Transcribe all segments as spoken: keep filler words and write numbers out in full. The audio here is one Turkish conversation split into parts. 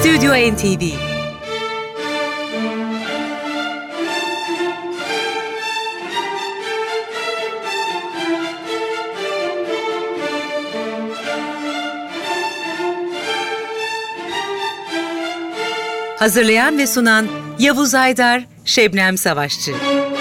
Stüdyo N T V. Hazırlayan ve sunan Yavuz Aydar, Şebnem Savaşçı.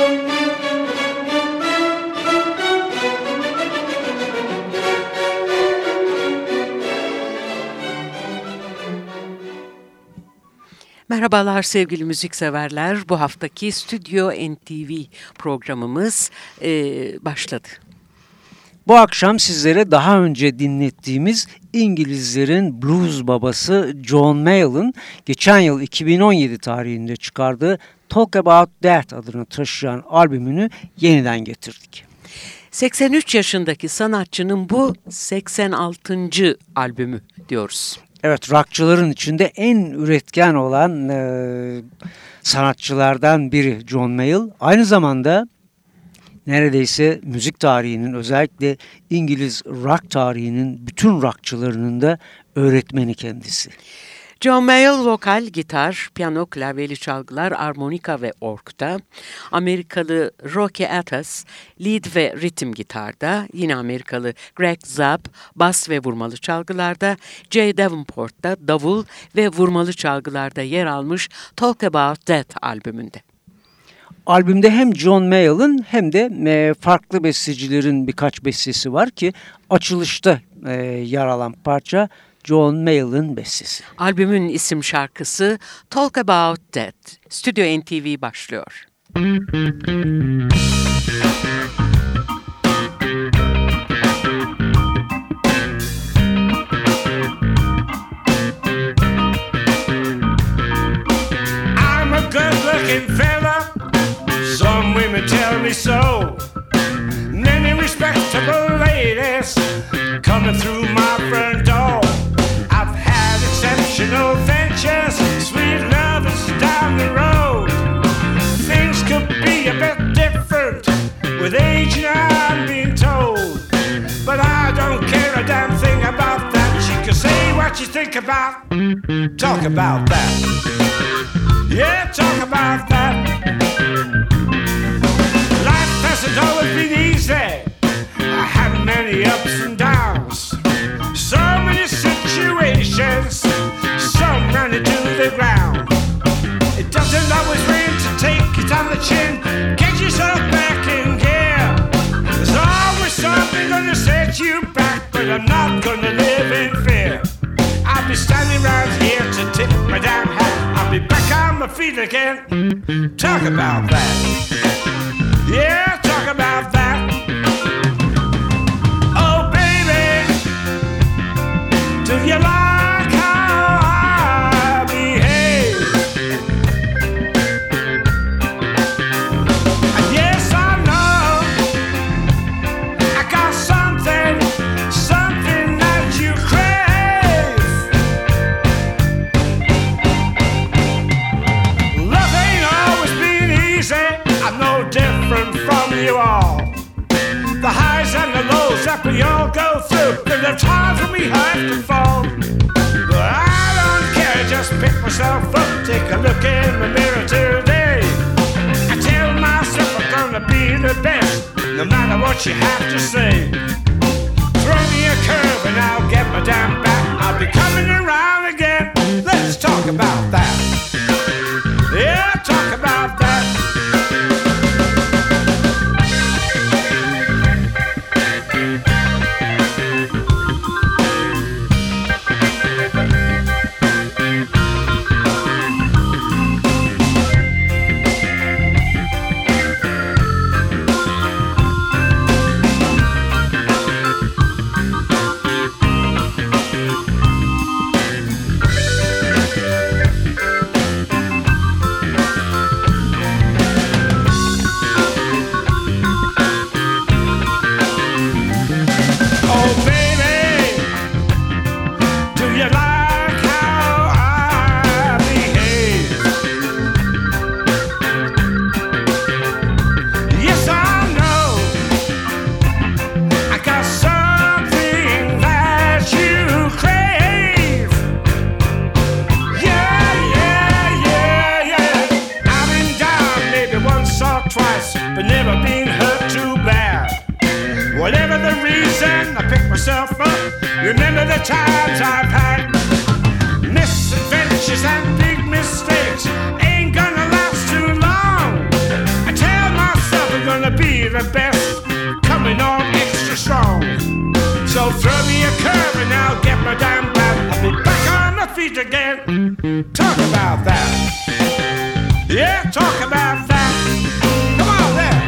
Merhabalar sevgili müzikseverler. Bu haftaki Stüdyo N T V programımız e, başladı. Bu akşam sizlere daha önce dinlettiğimiz İngilizlerin blues babası John Mayall'ın geçen yıl iki bin on yedi tarihinde çıkardığı Talk About That adını taşıyan albümünü yeniden getirdik. seksen üç yaşındaki sanatçının bu seksen altıncı albümü diyoruz. Evet, rockçıların içinde en üretken olan e, sanatçılardan biri John Mayall. Aynı zamanda neredeyse müzik tarihinin, özellikle İngiliz rock tarihinin bütün rockçılarının da öğretmeni kendisi. John Mayall vokal, gitar, piyano, klavyeli çalgılar, armonika ve org'da. Amerikalı Rocky Atas lead ve ritim gitarda. Yine Amerikalı Greg Zapp bas ve vurmalı çalgılarda. Jay Davenport'ta davul ve vurmalı çalgılarda yer almış Talk About That albümünde. Albümde hem John Mayall'ın hem de farklı bestecilerin birkaç bestesi var ki açılışta yer alan parça John Mayall'ın bestesi. Albümün isim şarkısı Talk About That. Stüdyo N T V başlıyor. I'm a good-looking fella. Some women tell me so. Many respectable ladies coming through my front door. I've had exceptional ventures, sweet lovers down the road. Things could be a bit different with age, I'm being told. But I don't care a damn thing about that. You can say what you think about, talk about that. Yeah, talk about that. Life hasn't always been easy. I had many ups and downs. So many situations, some ran into the ground. It doesn't always rain to take it on the chin. Get yourself back in gear. There's always something gonna set you back, but I'm not gonna live in fear. I'll be standing right here to tip my damn hat. I'll be back on my feet again. Talk about that. Yeah, talk about that. Oh, baby, do you like how I behave? And yes, I know I got something, something that you crave. Love ain't always been easy. I'm no different from you all. The highs and the lows that we all go through. There are times when we have to fall. But I don't care, just pick myself up. Take a look in the mirror today. I tell myself I'm gonna be the best, no matter what you have to say. Throw me a curve and I'll get my damn back. I'll be coming around again. Let's talk about that. Yeah, talk about that. myself up. Remember the times I've had. Misadventures and big mistakes ain't gonna last too long. I tell myself I'm gonna be the best, coming on extra strong. So throw me a curve and I'll get my damn back. I'll be back on my feet again. Talk about that. Yeah, talk about that. Come on there.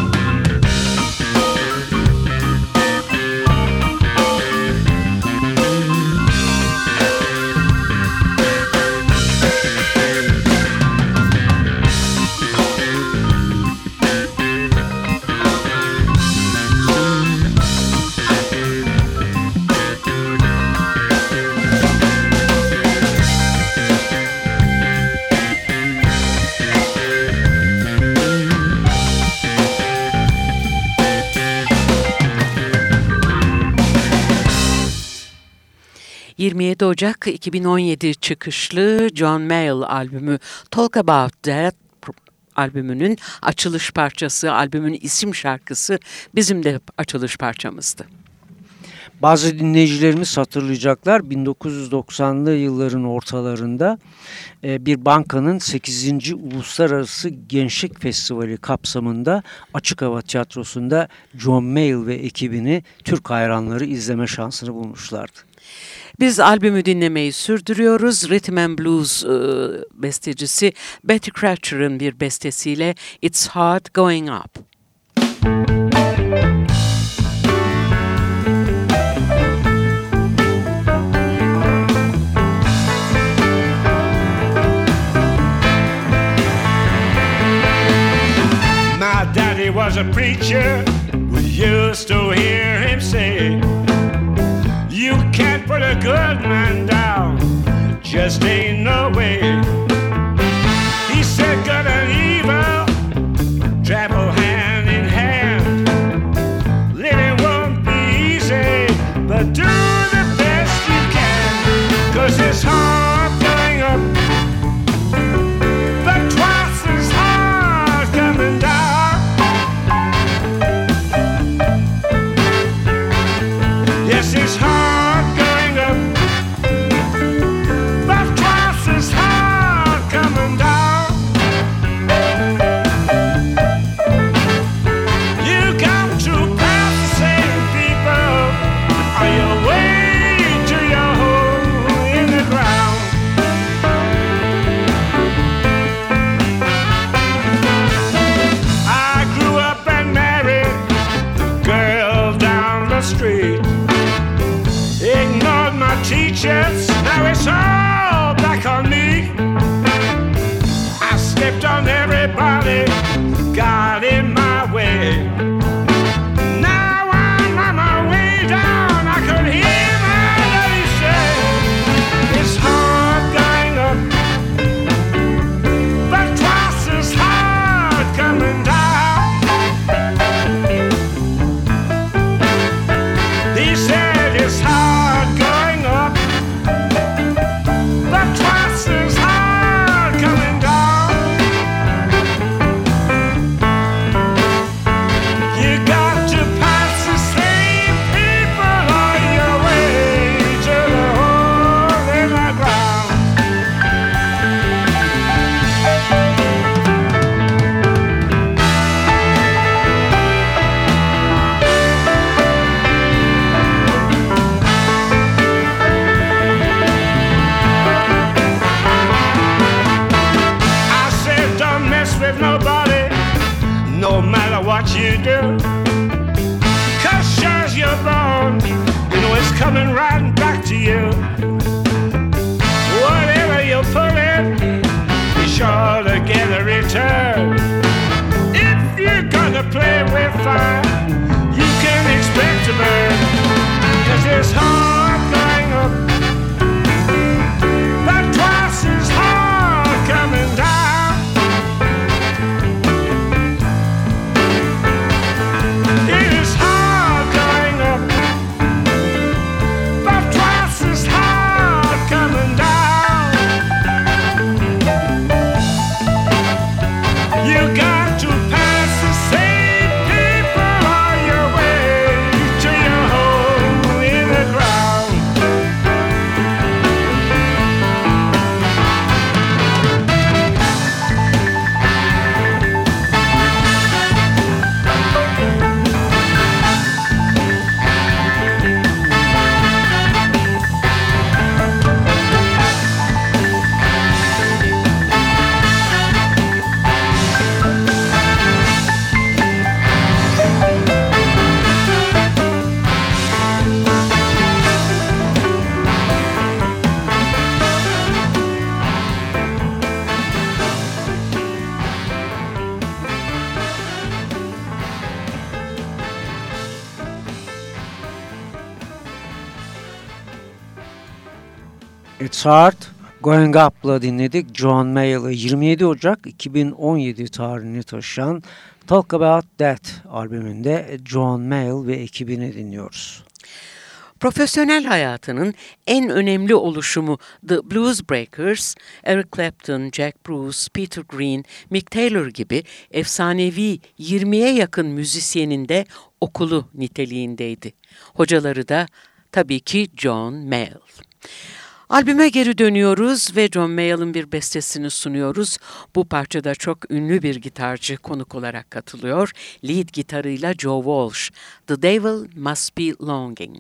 yirmi yedi Ocak iki bin on yedi çıkışlı John Mayall albümü Talk About That albümünün açılış parçası, albümün isim şarkısı bizim de açılış parçamızdı. Bazı dinleyicilerimiz hatırlayacaklar, bin dokuz yüz doksanlı yılların ortalarında bir bankanın sekizinci Uluslararası Gençlik Festivali kapsamında Açık Hava Tiyatrosu'nda John Mayall ve ekibini Türk hayranları izleme şansını bulmuşlardı. Biz albümü dinlemeyi sürdürüyoruz. Rhythm and Blues e, bestecisi Betty Cratcher'ın bir bestesiyle It's Hard Going Up. My daddy was a preacher. We used to hear him say, you can't put a good man down, just ain't no way. He said good and evil travel hand in hand. Living won't be easy, but do the best you can, 'cause it's hard going up, but twice as hard coming down. Yes, it's hard. Now it's all back on me. I stepped on everybody, got in my way. Now I'm on my way down. I could hear my lady say, it's hard going up, but twice as hard coming down. He said it's hard going up, but twice as hard coming down. You got to pass the same people on your way to the hole in the ground. With nobody, no matter what you do, 'cause sure as you're born, you know it's coming right back to you. Whatever you put in, be sure to get a return. If you're gonna play with fire, you can expect to burn, 'cause it's hard going up, but twice as hard coming down. It's Hard, Going Up'la dinledik. John Mayall'ı yirmi yedi Ocak iki bin on yedi tarihini taşıyan Talk About That albümünde John Mayall ve ekibini dinliyoruz. Profesyonel hayatının en önemli oluşumu The Blues Breakers, Eric Clapton, Jack Bruce, Peter Green, Mick Taylor gibi efsanevi yirmiye yakın müzisyenin de okulu niteliğindeydi. Hocaları da tabii ki John Mayall. Albüme geri dönüyoruz ve John Mayall'ın bir bestesini sunuyoruz. Bu parçada çok ünlü bir gitarcı konuk olarak katılıyor. Lead gitarıyla Joe Walsh, The Devil Must Be Longing.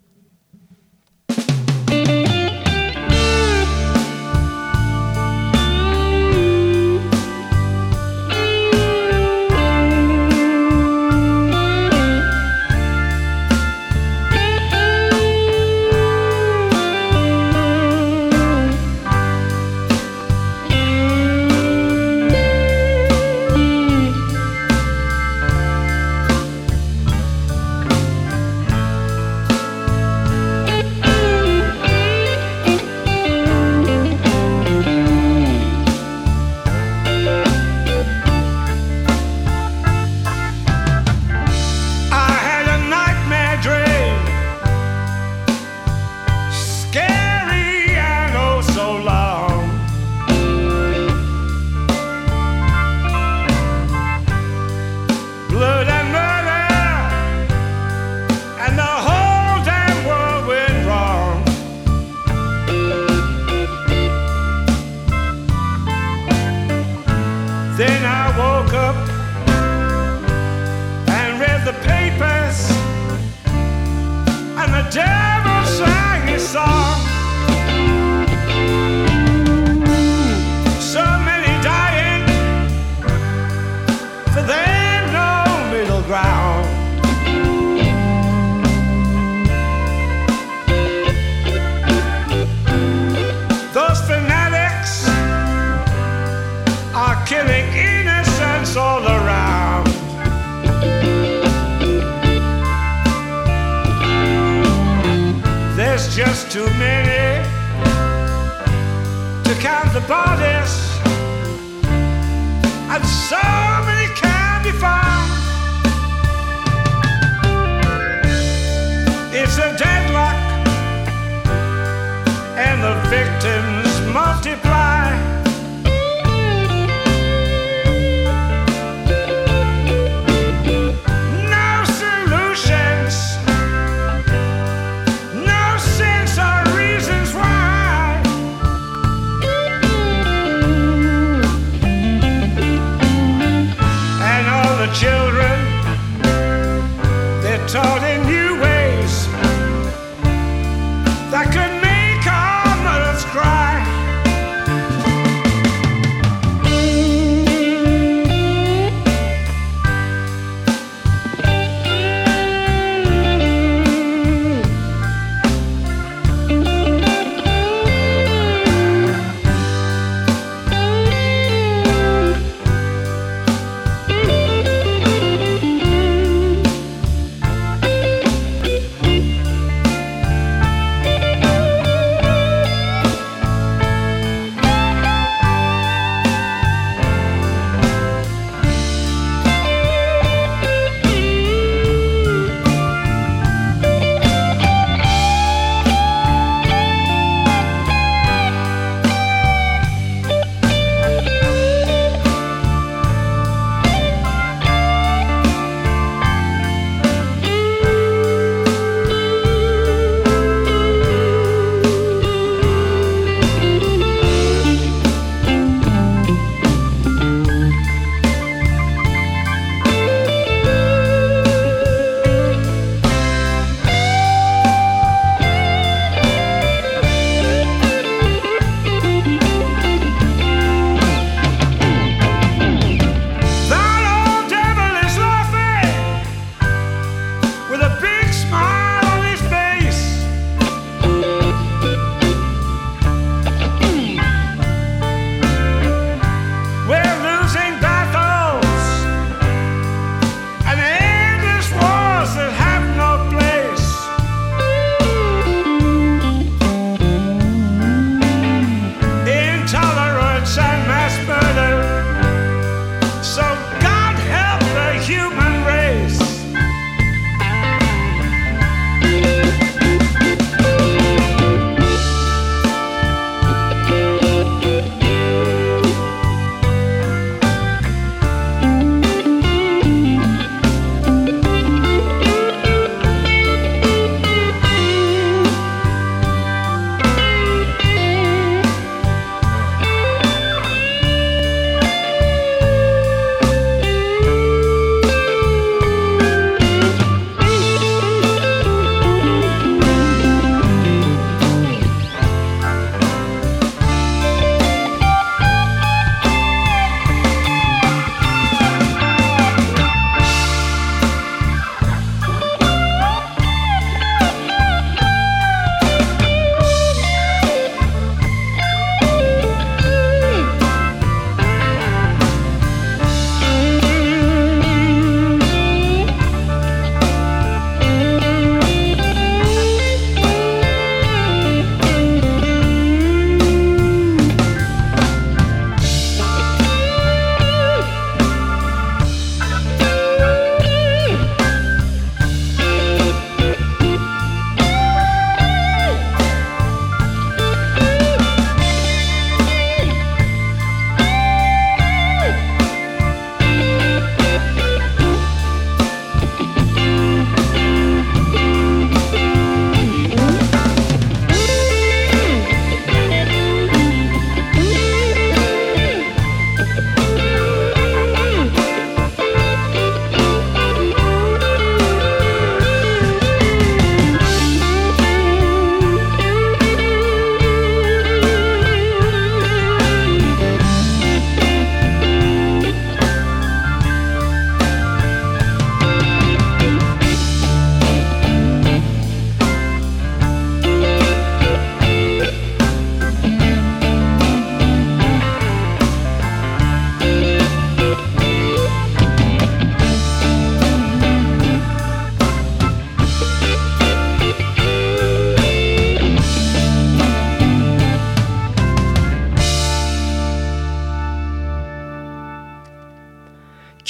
Then I woke up and read the papers, and the devil sang his song. So many dying, for there's no middle ground. Those fanatics are killing innocents all around. There's just too many to count the bodies, and so many can be found. It's a deadlock, and the victims multiply. No solutions, no sense or reasons why. And all the children, they're taught in new ways that could make our mothers cry.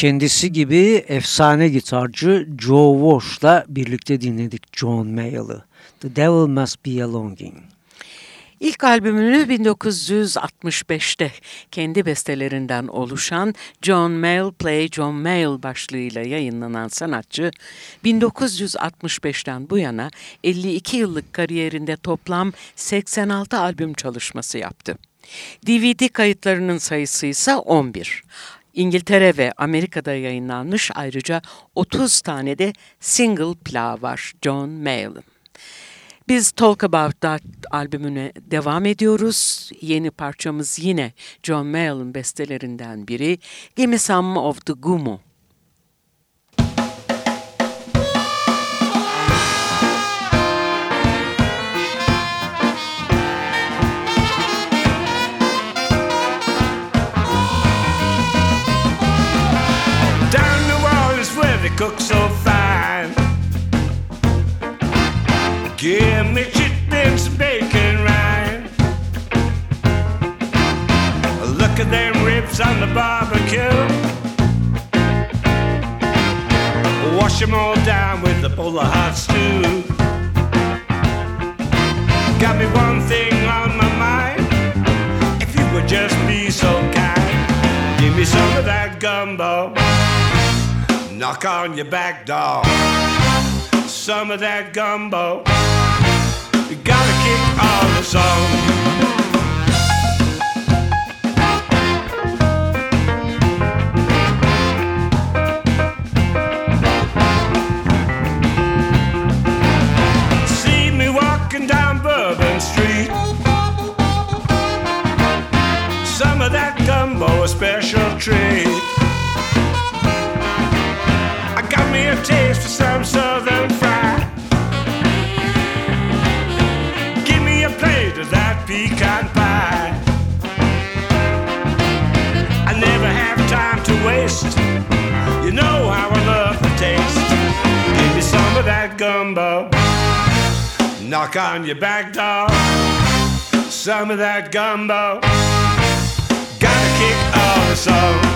kendisi gibi efsane gitarcı Joe Walsh'la birlikte dinledik John Mayall'ı. The Devil Must Be a Longing. İlk albümünü bin dokuz yüz altmış beşte kendi bestelerinden oluşan John Mayall Play John Mayall başlığıyla yayınlanan sanatçı, bin dokuz yüz altmış beşten bu yana elli iki yıllık kariyerinde toplam seksen altı albüm çalışması yaptı. D V D kayıtlarının sayısı ise on bir. İngiltere ve Amerika'da yayınlanmış ayrıca otuz tane de single plağı var John Mayall'ın. Biz Talk About That albümüne devam ediyoruz. Yeni parçamız yine John Mayall'ın bestelerinden biri. Give Me Some of the Gummo. Down the wall is where they cook so fine. Give me chitlins and bacon rind. Look at them ribs on the barbecue. Wash them all down with a bowl of hot stew. Got me one thing on my mind. If you would just be so kind, give me some of that gumbo. Knock on your back door. Some of that gumbo. You gotta kick all the song. See me walking down Bourbon Street. Some of that gumbo a special treat. I got me a taste for some southern fried. Plate of that pecan pie. I never have time to waste. You know how I love the taste. Give me some of that gumbo. Knock on your back door. Some of that gumbo. Gotta kick all the song.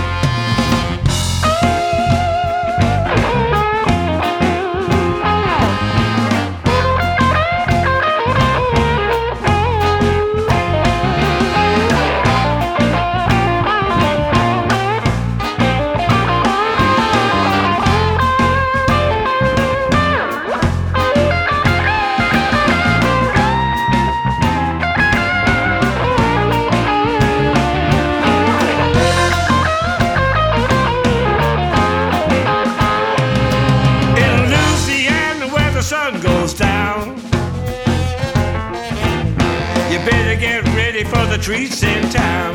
For the treats in town,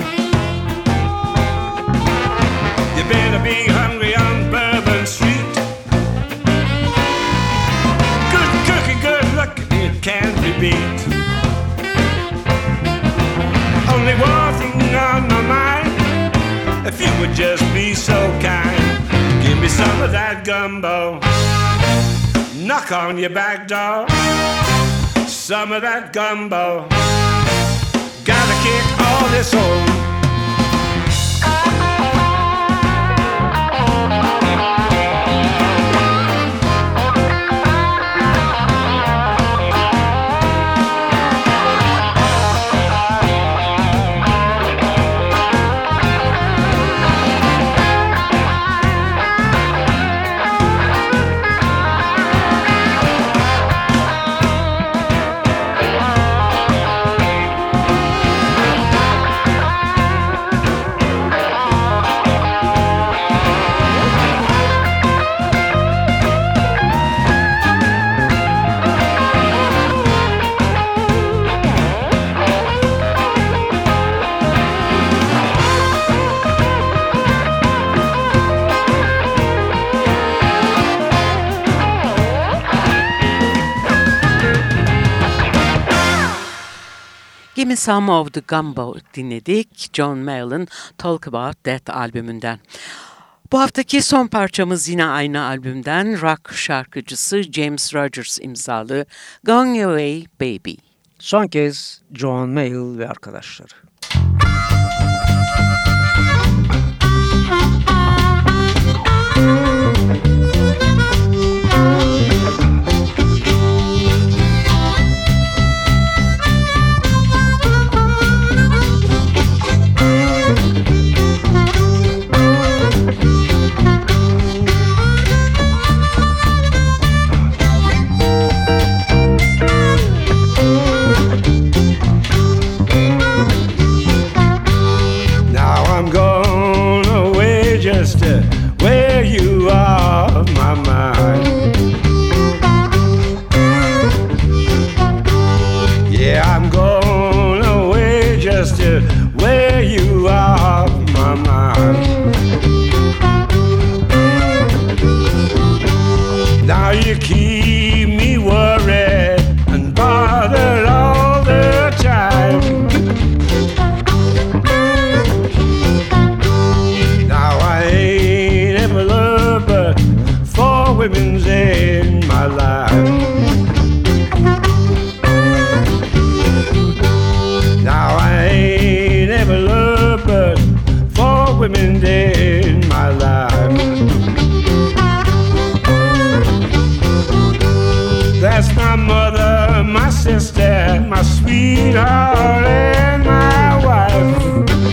you better be hungry on Bourbon Street. Good cooking, good looking, it can't be beat. Only one thing on my mind, if you would just be so kind, give me some of that gumbo. Knock on your back door. Some of that gumbo. Gotta kick all this home. Give Me Some of the Gumbo dinledik John Mayall'ın Talk About That albümünden. Bu haftaki son parçamız yine aynı albümden, rock şarkıcısı James Rogers imzalı Gone Your Way Baby. Son kez John Mayall ve arkadaşları. women dead in my life. That's my mother, my sister, my sweetheart, and my wife.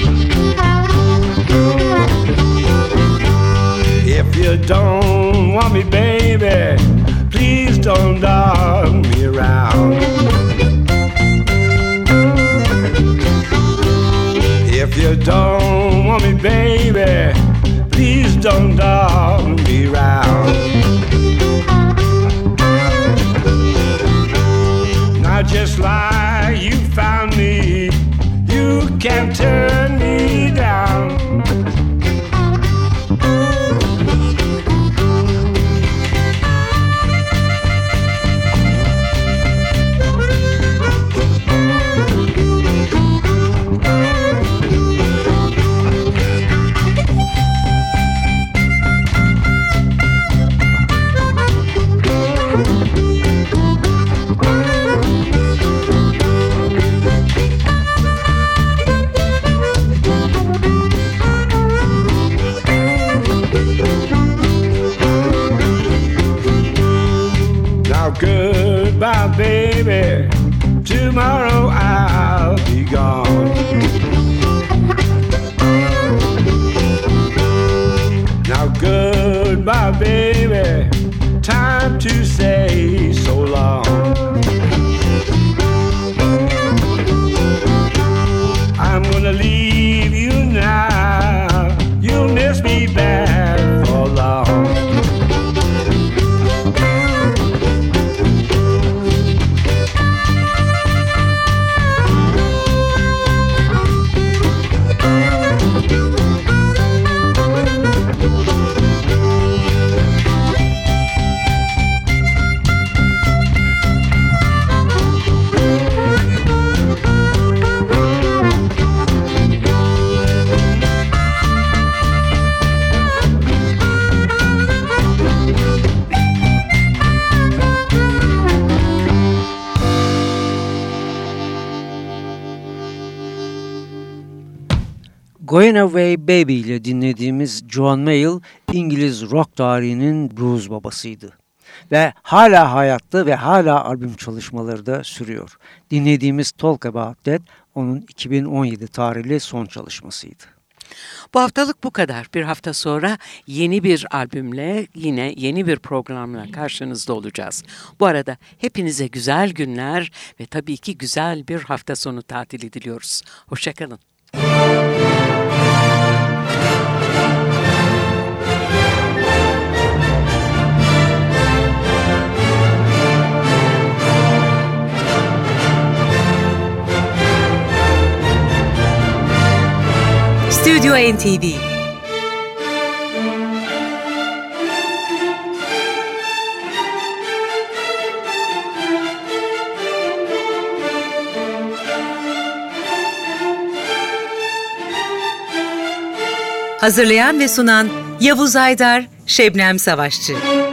If you don't want me, baby, please don't dog me around. If you don't want me, baby, please don't dog me around. Now just like you found me, you can't turn me down. Goodbye, baby. Tomorrow I'll be gone. Now goodbye, baby. Time to say so long. I'm gonna leave you now. You'll miss me back for long. Going Away Baby ile dinlediğimiz John Mayall, İngiliz rock tarihinin blues babasıydı. Ve hala hayatta ve hala albüm çalışmaları da sürüyor. Dinlediğimiz Talk About That onun iki bin on yedi tarihli son çalışmasıydı. Bu haftalık bu kadar. Bir hafta sonra yeni bir albümle, yine yeni bir programla karşınızda olacağız. Bu arada hepinize güzel günler ve tabii ki güzel bir hafta sonu tatili diliyoruz. Hoşça kalın. Stüdyo N T V. Hazırlayan ve sunan Yavuz Aydar, Şebnem Savaşçı.